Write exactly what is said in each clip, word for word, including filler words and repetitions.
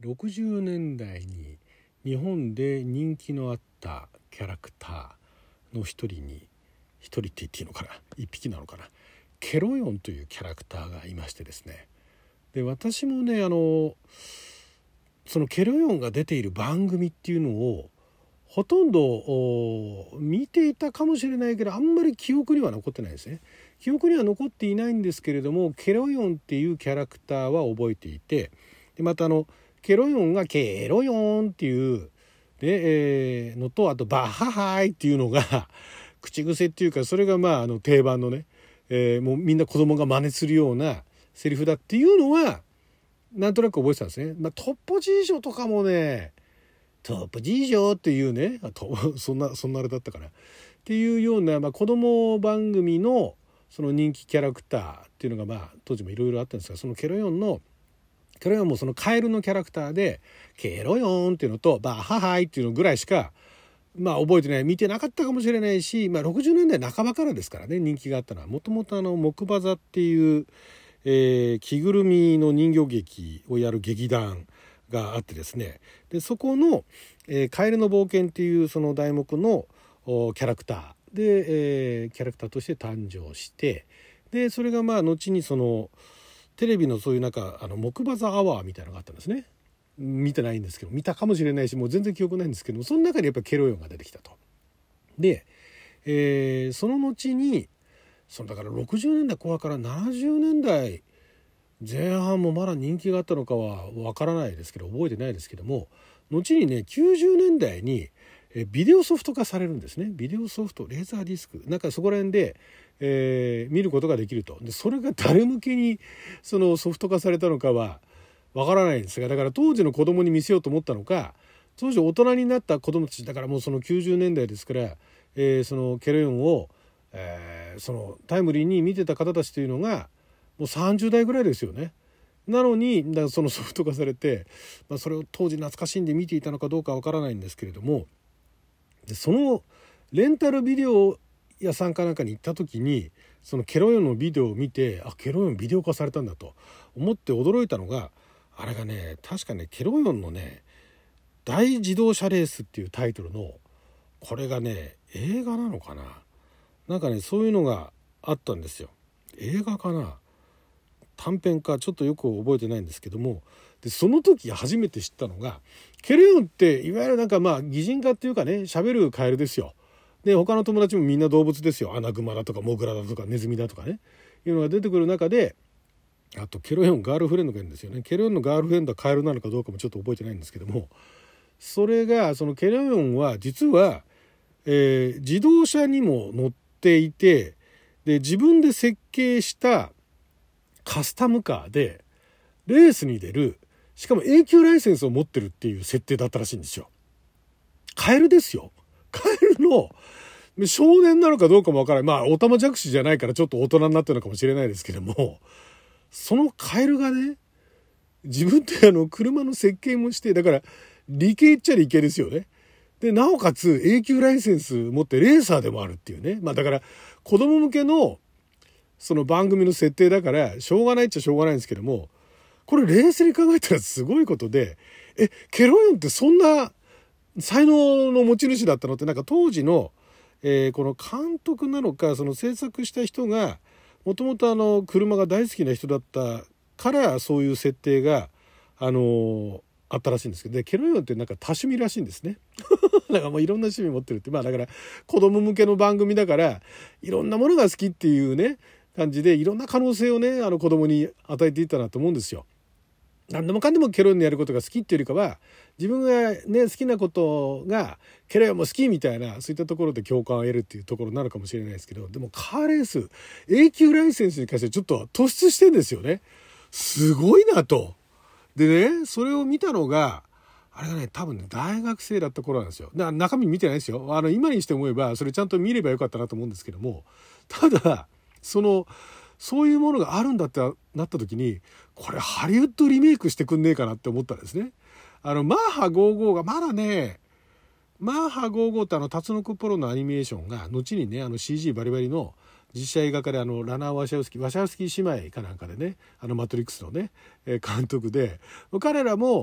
ろくじゅうねんだいに日本で人気のあったキャラクターの一人に一人って言っていいのかな、一匹なのかな、ケロヨンというキャラクターがいましてですね。で私もねあのそのケロヨンが出ている番組っていうのをほとんど見ていたかもしれないけど、あんまり記憶には残ってないですね。記憶には残っていないんですけれども、ケロヨンっていうキャラクターは覚えていて、でまたあのケロヨンがケロヨンっていうで、えー、のと、あとバッハハイっていうのが口癖っていうか、それがまああの定番のね、えー、もうみんな子供が真似するようなセリフだっていうのはなんとなく覚えてたんですね。まあ、トッポジージョとかもね、トッポジージョっていうね、あとそんなそんなあれだったかなっていうような、まあ、子供番組のその人気キャラクターっていうのがまあ当時もいろいろあったんですが、そのケロヨンのケロヨンもそのカエルのキャラクターでケロヨンっていうのとバッハハイっていうのぐらいしかまあ覚えてない、見てなかったかもしれないし、まあ、ろくじゅうねんだいなかばからですからね、人気があったのは。もともとあの木馬座っていう、えー、着ぐるみの人形劇をやる劇団があってですね、でそこの、えー、カエルの冒険っていうその題目のキャラクターで、えー、キャラクターとして誕生して、でそれがまあ後にそのテレビのそういうなんかあの木馬座アワーみたいなのがあったんですね。見てないんですけど、見たかもしれないし、もう全然記憶ないんですけども、その中にやっぱりケロヨンが出てきたと。で、えー、その後にそのだからろくじゅうねんだいこう半からななじゅうねんだいぜん半もまだ人気があったのかはわからないですけど、覚えてないですけども、後にねきゅうじゅうねんだいにビデオソフト化されるんですね。ビデオソフト、レーザーディスクなんかそこら辺で、えー、見ることができると。でそれが誰向けにそのソフト化されたのかはわからないんですが、だから当時の子供に見せようと思ったのか、当時大人になった子供たちだからもうそのきゅうじゅうねんだいですから、えー、そのケロヨンを、えー、そのタイムリーに見てた方たちというのがもうさんじゅうだいぐらいですよね。なのにだからそのソフト化されて、まあ、それを当時懐かしんで見ていたのかどうかわからないんですけれども、でそのレンタルビデオ屋さんかなんかに行った時にそのケロヨンのビデオを見て、あ、ケロヨンビデオ化されたんだと思って驚いたのが、あれがね確かねケロヨンのね大自動車レースっていうタイトルの、これがね映画なのかな、なんかねそういうのがあったんですよ。映画かな短編かちょっとよく覚えてないんですけども、でその時初めて知ったのが、ケロヨンっていわゆるなんかまあ擬人化っていうかね、喋るカエルですよ。で他の友達もみんな動物ですよ。アナグマだとかモグラだとかネズミだとかねいうのが出てくる中で、あとケロヨンガールフレンドがいるんですよね。ケロヨンのガールフレンドはカエルなのかどうかもちょっと覚えてないんですけども、それがそのケロヨンは実は、えー、自動車にも乗っていて、で自分で設計したカスタムカーでレースに出る、しかも永久ライセンスを持ってるっていう設定だったらしいんですよ。カエルですよ。カエルの少年なのかどうかもわからない。まあオタマジャクシじゃないからちょっと大人になってるのかもしれないですけども、そのカエルがね自分であの車の設計もして、だから理系っちゃ理系ですよね。でなおかつ永久ライセンス持ってレーサーでもあるっていうね。まあだから子供向けのその番組の設定だからしょうがないっちゃしょうがないんですけども、これ冷静に考えたらすごいことで、えケロヨンってそんな才能の持ち主だったのって、なんか当時の、えー、この監督なのかその制作した人がもともとあの車が大好きな人だったからそういう設定があのー、あったらしいんですけど、でケロヨンってなんか多趣味らしいんですね。だからもういろんな趣味持ってるって、まあだから子供向けの番組だからいろんなものが好きっていうね感じで、いろんな可能性をねあの子供に与えていったなと思うんですよ。何でもかんでもケロヨンのやることが好きっていうよりかは、自分がね好きなことがケロヨンも好きみたいな、そういったところで共感を得るっていうところなのかもしれないですけど、でもカーレース永久ライセンスに関してちょっと突出してんですよね。すごいなと。でねそれを見たのがあれがね多分ね大学生だった頃なんですよ。だから中身見てないですよ。あの今にして思えばそれちゃんと見ればよかったなと思うんですけども、ただそのそういうものがあるんだってなった時に、これハリウッドリメイクしてくんねえかなって思ったんですね。あのマッハごじゅうごがまだね、マッハごじゅうごってあのタツノコプロのアニメーションが後にねあの シージー バリバリの実写映画化であのラナー・ワシャウスキーワシャウスキー姉妹かなんかでね、あのマトリックスのね監督で、彼らも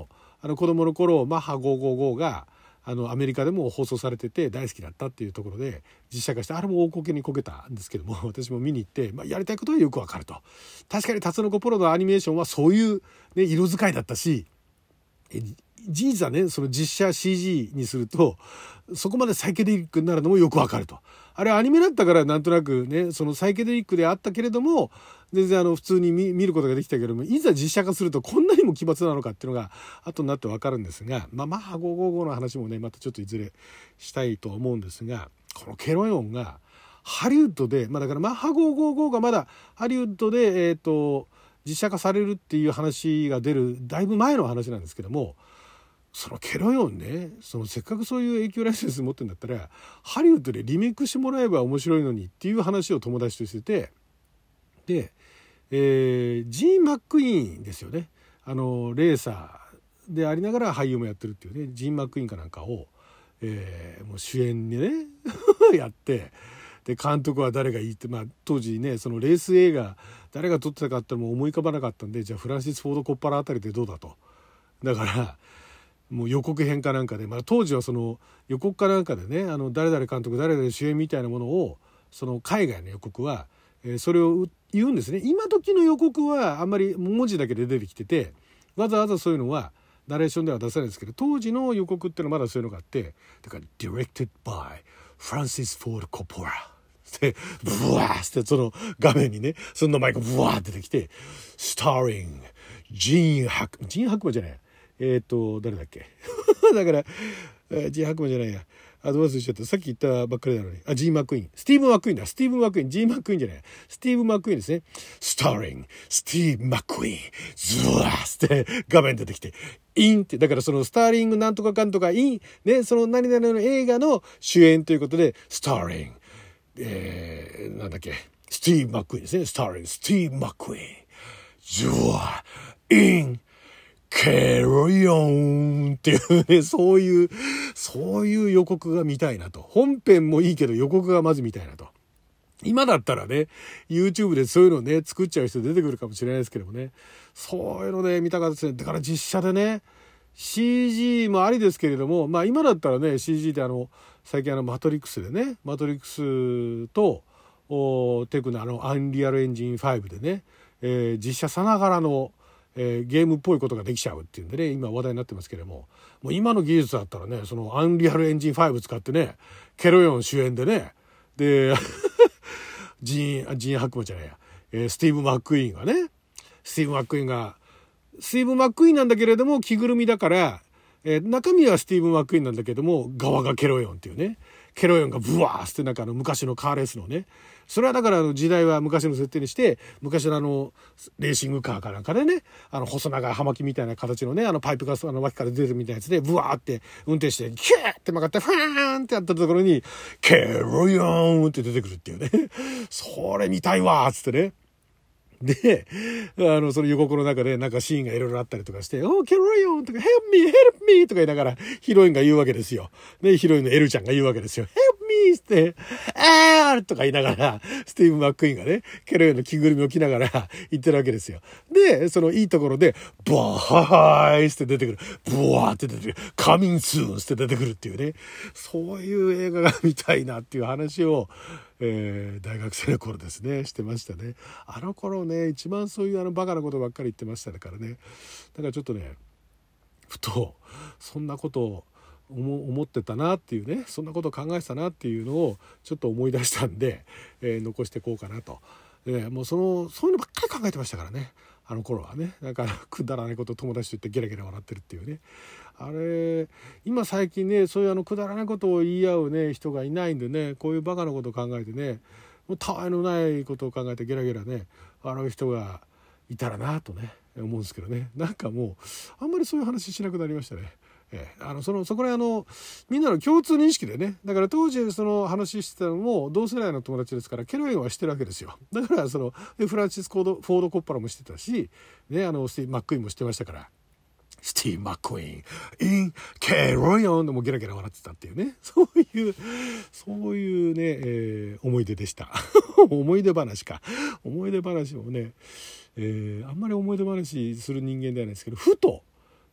あの子供の頃マッハごひゃくごじゅうごがあのアメリカでも放送されてて大好きだったっていうところで実写化して、あれも大こけにこけたんですけども、私も見に行って、まあ、やりたいことはよくわかると。確かにタツノコプロのアニメーションはそういう、ね、色使いだったし、え事実はね、その実写 シージー にするとそこまでサイケデリックになるのもよくわかると。あれアニメだったからなんとなくね、そのサイケデリックであったけれども全然あの普通に 見, 見ることができたけども、いざ実写化するとこんなにも奇抜なのかっていうのが後になってわかるんですが、まあマッハごひゃくごじゅうごの話もねまたちょっといずれしたいと思うんですが、このケロヨンがハリウッドで、まあだからマッハごひゃくごじゅうごがまだハリウッドでえっと実写化されるっていう話が出るだいぶ前の話なんですけども、そのケロヨンね、そのせっかくそういう影響ライセンス持ってるんだったらハリウッドでリメイクしてもらえば面白いのにっていう話を友達としてて、で、えー、ジーン・マックイーンですよね、あのレーサーでありながら俳優もやってるっていうね、ジーン・マックイーンかなんかを、えー、もう主演でねやって、で監督は誰がいいって、まあ、当時ねそのレース映画誰が撮ってたかってもう思い浮かばなかったんで、じゃあフランシス・フォード・コッパラあたりでどうだと。だからもう予告編かなんかで、まあ、当時はその予告かなんかでね、あの誰々監督誰々主演みたいなものをその海外の予告は、えー、それを言うんですね。今時の予告はあんまり文字だけで出てきててわざわざそういうのはナレーションでは出さないんですけど、当時の予告っていうのはまだそういうのがあって、だから Directed by Francis Ford Coppola でブワーってその画面にねその名前がブワーって出てきて Starring ジーン・ハクジーン・ハクマじゃないえっ、ー、と誰だっけだからジーン・ハクマじゃないや、アドバンスしちゃった。さっき言ったばっかりなのに。あ、ジーン・マックイーン。スティーブン・マックイーンだ。スティーブン・マックイーン。ジーン・マックイーンじゃない。スティーブン・マックイーンですね。スターリング、スティーブン・マックイーン。ズワーって画面出てきて、インって、だからそのスターリングなんとかかんとかイン、ね、その何々の映画の主演ということで、スターリング、えー、なんだっけ、スティーブン・マックイーンですね。スターリング、スティーブン・マックイーン。ズワー、イン、ケロヨンっていうね、そういう、そういう予告が見たいなと。本編もいいけど予告がまず見たいなと。今だったらね、YouTube でそういうのね、作っちゃう人出てくるかもしれないですけどもね。そういうので見たかったですね。だから実写でね、シージー もありですけれども、まあ今だったらね、シージー であの、最近あのマトリックスでね、マトリックスと、テクのあの、アンリアルエンジンファイブでね、えー、実写さながらの、えー、ゲームっぽいことができちゃうっていうんでね今話題になってますけれども、もう今の技術だったらねそのアンリアルエンジンファイブ使ってねケロヨン主演でねでジーンジーン・ハクマじゃないや、えー、スティーブ・マックイーンがねスティーブ・マックイーンがスティーブ・マックイーンなんだけれども着ぐるみだから、えー、中身はスティーブ・マックイーンなんだけども側がケロヨンっていうね、ケロヨンがブワーってなんかあの昔のカーレースのね、それはだからあの時代は昔の設定にして昔のあのレーシングカーかなんかでね、あの細長い葉巻みたいな形のねあのパイプがあの脇から出るみたいなやつでブワーって運転してキューって曲がってファーンってやったところにケロヨンって出てくるっていうねそれ見たいわーっつってね。で、あの、その予告の中でなんかシーンがいろいろあったりとかして、おー、ケロヨンとか、ヘルプミー、ヘルプミーとか言いながらヒロインが言うわけですよ。ね、ヒロインのエルちゃんが言うわけですよ。ヘルプミーって、あーとか言いながら、スティーブ・マックイーンがね、ケロヨンの着ぐるみを着ながら言ってるわけですよ。で、そのいいところで、ボーイって出てくる。ボワーって出てくる。カミンスーンって出てくるっていうね。そういう映画が見たいなっていう話を、えー、大学生の頃ですねしてましたね。あの頃ね一番そういうあのバカなことばっかり言ってましたからね。だからちょっとねふとそんなことを思ってたなっていうね、そんなことを考えてたなっていうのをちょっと思い出したんで、えー、残していこうかなと、えー、もうそのそういうのばっかり考えてましたからねあの頃はね。だからくだらないことを友達と言ってゲラゲラ笑ってるっていうね。あれ今最近ねそういうあのくだらないことを言い合うね人がいないんでね、こういうバカなことを考えてねもうたわいのないことを考えてゲラゲラね笑う人がいたらなとね思うんですけどね。なんかもうあんまりそういう話しなくなりましたね。えー、あのそのそこであのみんなの共通認識でね、だから当時その話してたのも同世代の友達ですからケロヨンはしてるわけですよ。だからそのフランシス・フォード・コッパラもしてたし、ね、あのスティーブ・マックイーンもしてましたから、スティーブ・マックイーン in ケロヨンでもゲラゲラ笑ってたっていうね、そういうそういうね、えー、思い出でした思い出話か思い出話もね、えー、あんまり思い出話する人間ではないですけど、ふと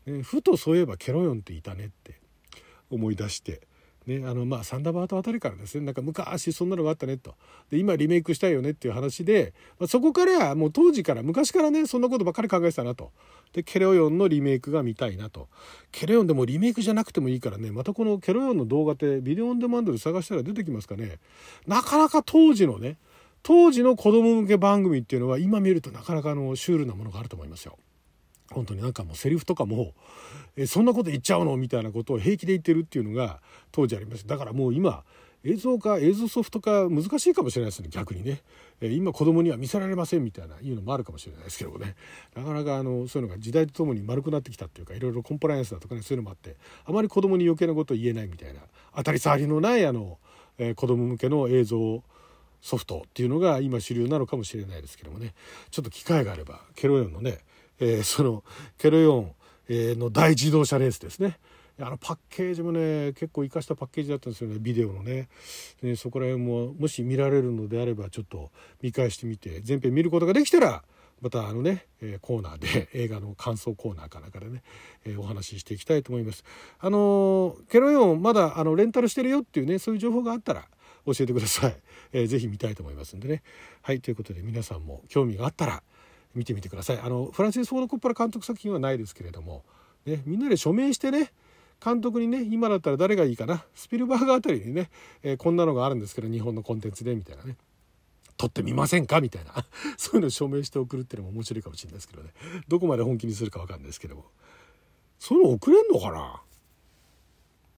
ね、ふとそういえばケロヨンっていたねって思い出して、ね、あのまあサンダーバードあたりからですね、なんか昔そんなのがあったねと、で今リメイクしたいよねっていう話で、まあ、そこからもう当時から昔からねそんなことばっかり考えてたなと。でケロヨンのリメイクが見たいなと。ケロヨンでもリメイクじゃなくてもいいからね、またこのケロヨンの動画ってビデオオンデマンドで探したら出てきますかね。なかなか当時のね当時の子供向け番組っていうのは今見るとなかなかのシュールなものがあると思いますよ。本当になんかもうセリフとかもえそんなこと言っちゃうのみたいなことを平気で言ってるっていうのが当時ありました。だからもう今映像化映像ソフト化難しいかもしれないですね。逆にね、え今子供には見せられませんみたいないうのもあるかもしれないですけどもね、なかなかあのそういうのが時代とともに丸くなってきたっていうか、いろいろコンプライアンスだとかね、そういうのもあってあまり子供に余計なことを言えないみたいな、当たり障りのないあの、えー、子供向けの映像ソフトっていうのが今主流なのかもしれないですけどもね、ちょっと機会があればケロヨンのね、えー、そのケロヨンの大自動車レースですね、あのパッケージもね結構生かしたパッケージだったんですよね、ビデオのね。でそこら辺ももし見られるのであればちょっと見返してみて、全編見ることができたらまたあのね、えー、コーナーで映画の感想コーナーかなんかでね、えー、お話ししていきたいと思います。あのー、ケロヨンまだあのレンタルしてるよっていうね、そういう情報があったら教えてください。えー、ぜひ見たいと思いますんでね。はい、ということで皆さんも興味があったら見てみてください。あのフランシス・フォード・コッポラ監督作品はないですけれども、ね、みんなで署名してね監督にね、今だったら誰がいいかな、スピルバーグあたりにね、えー、こんなのがあるんですけど日本のコンテンツでみたいなね、撮ってみませんかみたいなそういうのを署名して送るっていうのも面白いかもしれないですけどね、どこまで本気にするか分かんないですけども、そういうの送れんのかな。